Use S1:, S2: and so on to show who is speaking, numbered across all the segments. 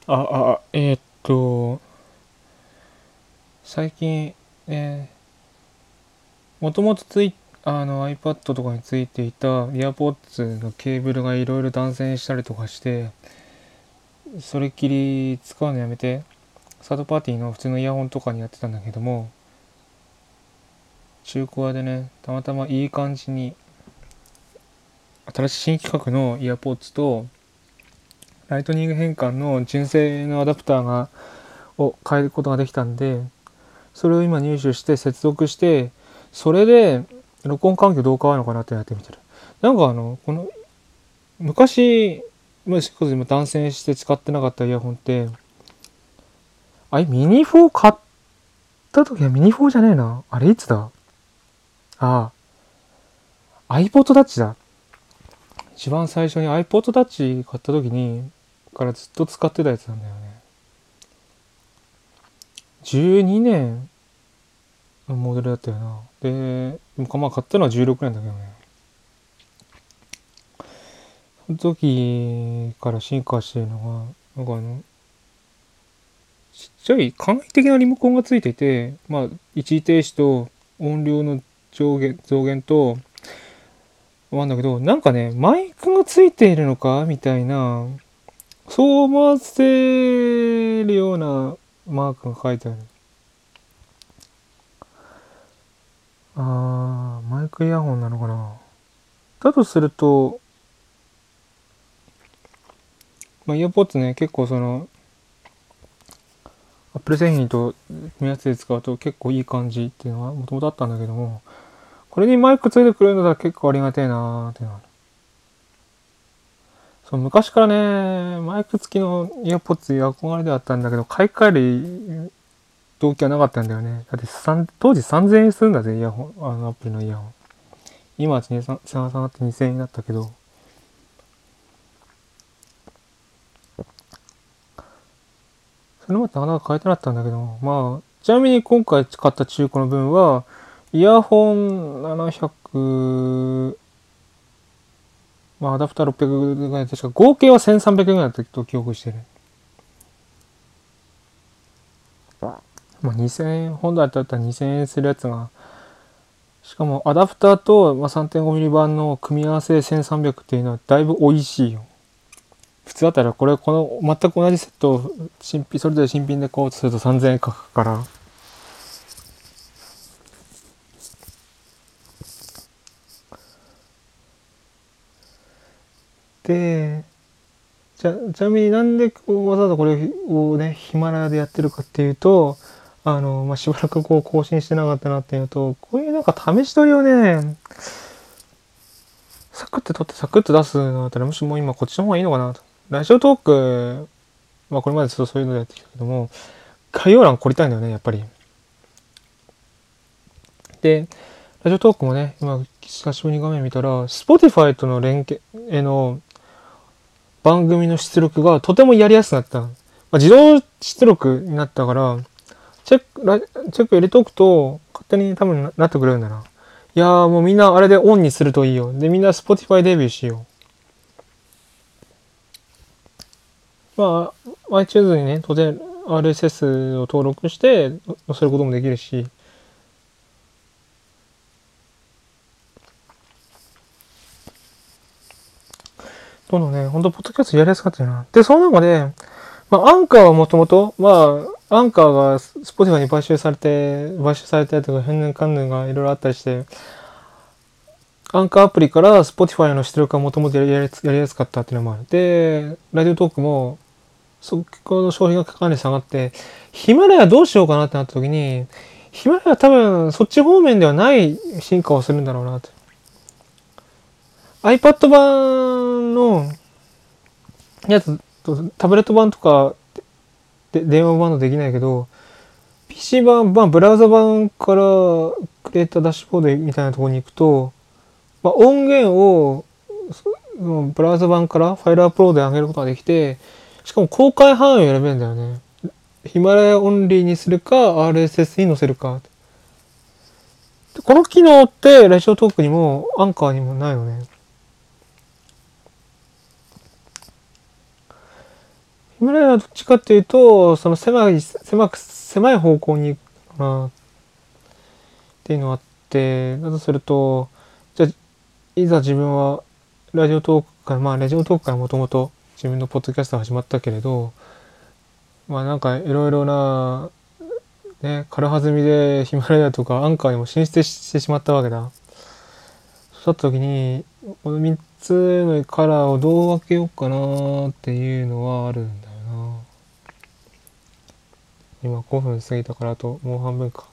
S1: 最近、もともとiPad とかについていた AirPods のケーブルがいろいろ断線したりとかして、それっきり使うのやめて、サードパーティーの普通のイヤホンとかにやってたんだけども、中古屋でね、たまたまいい感じに、新しい新規格のイヤポッツと、ライトニング変換の純正のアダプターを変えることができたんで、それを今入手して接続して、それで録音環境どう変わるのかなってやってみてる。なんかこの昔、今断線して使ってなかったイヤホンって、ミニ4買った時はミニ4じゃねえな。あれいつだ？あiPod Touch だ。一番最初に iPod Touch 買った時に、からずっと使ってたやつなんだよね。12年のモデルだったよな。で、まあ買ったのは16年だけどね。その時から進化してるのが、ちっちゃい簡易的なリモコンがついてて、まあ、一時停止と音量の増減と、なんだけど、なんかね、マイクがついているのかみたいな、そう思わせるようなマークが書いてある。マイクイヤホンなのかな。だとすると、イヤーポッツね、結構アップル製品と組み合わせて使うと結構いい感じっていうのはもともとあったんだけども、これにマイクついてくれるのだら結構ありがてえなーっていうのは。そう、昔からね、マイク付きのイヤーポッツ憧れではあったんだけど、買い替える動機はなかったんだよね。だって当時3000円するんだぜ、イヤホン、アップルのイヤホン。今は下がって2000円になったけど、それまでなかなか買えてなかったんだけど、まあ、ちなみに今回使った中古の分は、イヤホン700、まあ、アダプター600ぐらい、確か合計は1300円ぐらいだったと記憶してる。まあ、2000円、本来だったら2000円するやつが、しかもアダプターと、3.5mm 版の組み合わせで1300っていうのはだいぶ美味しいよ。普通だったらこの全く同じセットをそれぞれ新品で買おうとすると3000円かかるから。で、ちなみになんでわざわざこれをね、ヒマラヤでやってるかっていうと、しばらく更新してなかったなっていうのと、こういうなんか試し撮りをね、サクッと撮ってサクッと出すのだったら、むしろもう今こっちの方がいいのかなと。ラジオトーク、これまでずっとそういうのでやってきたけども、概要欄凝りたいんだよね、やっぱり。で、ラジオトークもね、今、久しぶりに画面見たら、Spotify との連携への番組の出力がとてもやりやすくなった。自動出力になったから、チェック入れておくと、勝手に多分なってくれるんだな。いやーもうみんなあれでオンにするといいよ。で、みんな Spotify デビューしよう。iTunes にね、当然 RSS を登録して載せることもできるし、どんどんね、ほんとポッドキャストやりやすかったよな。で、その中で、アンカーはもともと、アンカーが Spotify に買収されたやつが、変ぬかんぬんがいろいろあったりして、アンカーアプリから Spotify の出力がもともとやりやすかったっていうのもある。で、ラジオトークも、この消費がかなり下がって、ヒマラヤどうしようかなってなった時に、ヒマラヤ多分そっち方面ではない進化をするんだろうなって。iPad 版のやつとタブレット版とかで電話版のできないけど、PC 版、ブラウザ版からクリエイターダッシュボードみたいなところに行くと、音源をブラウザ版からファイルアップロードで上げることができて、しかも公開範囲を選べるんだよね。ヒマラヤオンリーにするか、RSS に載せるか。この機能ってラジオトークにもアンカーにもないのね。 ヒマラヤはどっちかっていうと、その狭い方向に行くかなっていうのがあって、だとすると、じゃあ、いざ自分はラジオトークからもともと自分のポッドキャストが始まったけれど、まあなんかいろいろな、ね、軽はずみでヒマラヤとかアンカーにも進出してしまったわけだ。そうした時に、この3つのカラーをどう分けようかなっていうのはあるんだよな。今5分過ぎたからあともう半分か。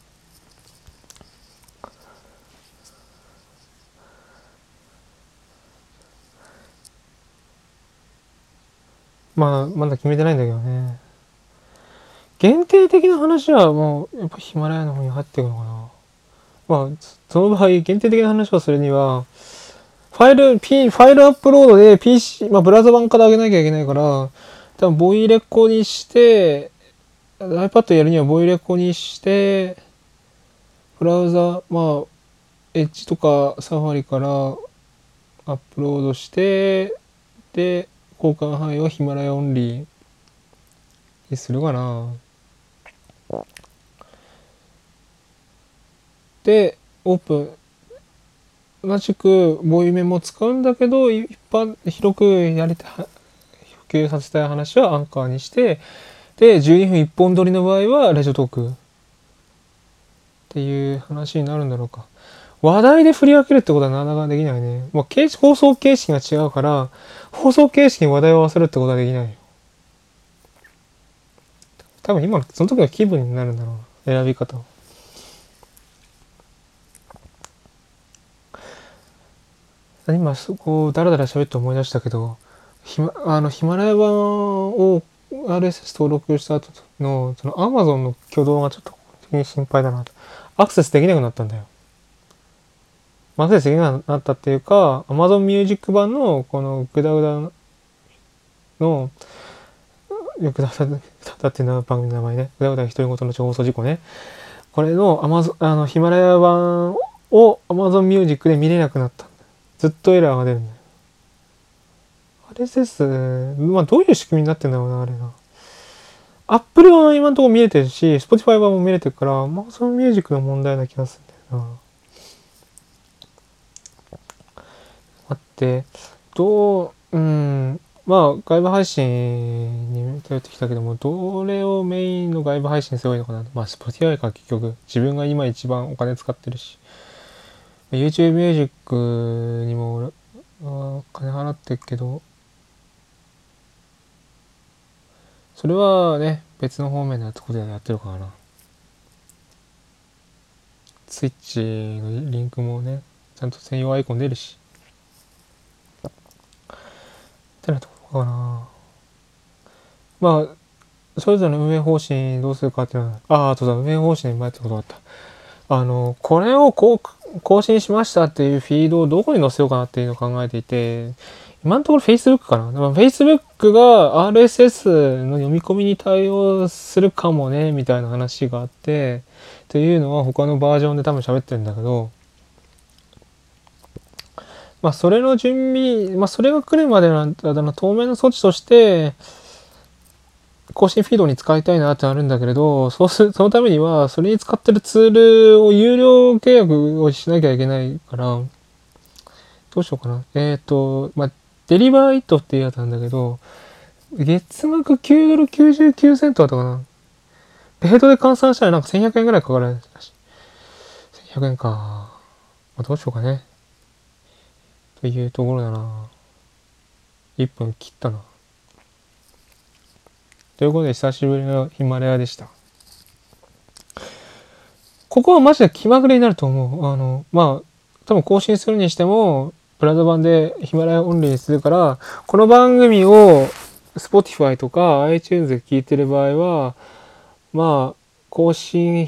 S1: まあ、まだ決めてないんだけどね。限定的な話はもう、やっぱヒマラヤの方に入っていくのかな。まあ、その場合、限定的な話をするには、ファイルアップロードで PC、まあ、ブラウザ版から上げなきゃいけないから、多分ボイレコにして、iPad やるにはボイレコにして、ブラウザ、まあ、エッジとかサファリからアップロードして、で、交換範囲はヒマラヤオンリーにするかな。で、オープン、同じくボイメも使うんだけど、広く普及させたい話はアンカーにして、で、12分一本撮りの場合はラジオトークっていう話になるんだろうか。話題で振り分けるってことはなかなかできないね。まあ、放送形式が違うから、放送形式に話題を合わせるってことはできないよ。多分今の、その時の気分になるんだろうな。選び方を。今、こう、だらだら喋って思い出したけど、ヒマラヤ版を RSS 登録した後の、その Amazon の挙動がちょっと心配だなと。アクセスできなくなったんだよ。アクセスできなくなったっていうか、Amazon Music 版のこのグダグダの、グダグダっていうのは番組の名前ね。グダグダ独り言の放送事故ね。これのヒマラヤ版を Amazon Music で見れなくなった。ずっとエラーが出るんだよ。RSS、まあどういう仕組みになってんだろうな、あれな。Apple は今のところ見れてるし、Spotify 版も見れてるから、まあそのミュージックの問題な気がするんだよな。待って、まあ外部配信に頼ってきたけども、どれをメインの外部配信すればいいのかな。まあ Spotify か結局。自分が今一番お金使ってるし。YouTube ミュージックにも金払ってるけど、それはね、別の方面のとこでやってるからな。スイッチのリンクもね、ちゃんと専用アイコン出るし。ってなところかな。まあ、それぞれの運営方針どうするかっていうのは、あとだ、運営方針に前ってことだった。これを更新しましたっていうフィードをどこに載せようかなっていうのを考えていて、今のところ Facebook かな。Facebook が RSS の読み込みに対応するかもね、みたいな話があって、っていうのは他のバージョンで多分喋ってるんだけど、まあそれの準備、まあそれが来るまでの当面の措置として、更新フィードに使いたいなってあるんだけれど、そのためには、それに使ってるツールを有料契約をしなきゃいけないから、どうしようかな。まあ、デリバーイットっていうやつなんだけど、月額9ドル99セントだったかな。ペイドで換算したらなんか1100円ぐらいかかるらしい。1100円か。まあ、どうしようかね。というところだな。1分切ったな。ということで、久しぶりのヒマラヤでした。ここはマジで気まぐれになると思う。まあ、多分更新するにしても、プラザ版でヒマラヤオンリーにするから、この番組を Spotify とか iTunes で聞いてる場合は、まあ、更新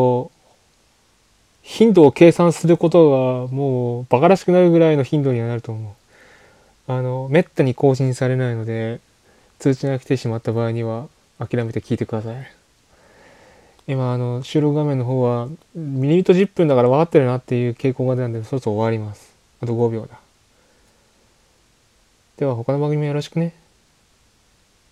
S1: 頻度を計算することがもうバカらしくなるぐらいの頻度にはなると思う。めったに更新されないので、通知が来てしまった場合には諦めて聞いてください。今、収録画面の方は、ミニット10分だから分かってるなっていう傾向が出たんで、そろそろ終わります。あと5秒だ。では他の番組もよろしくね。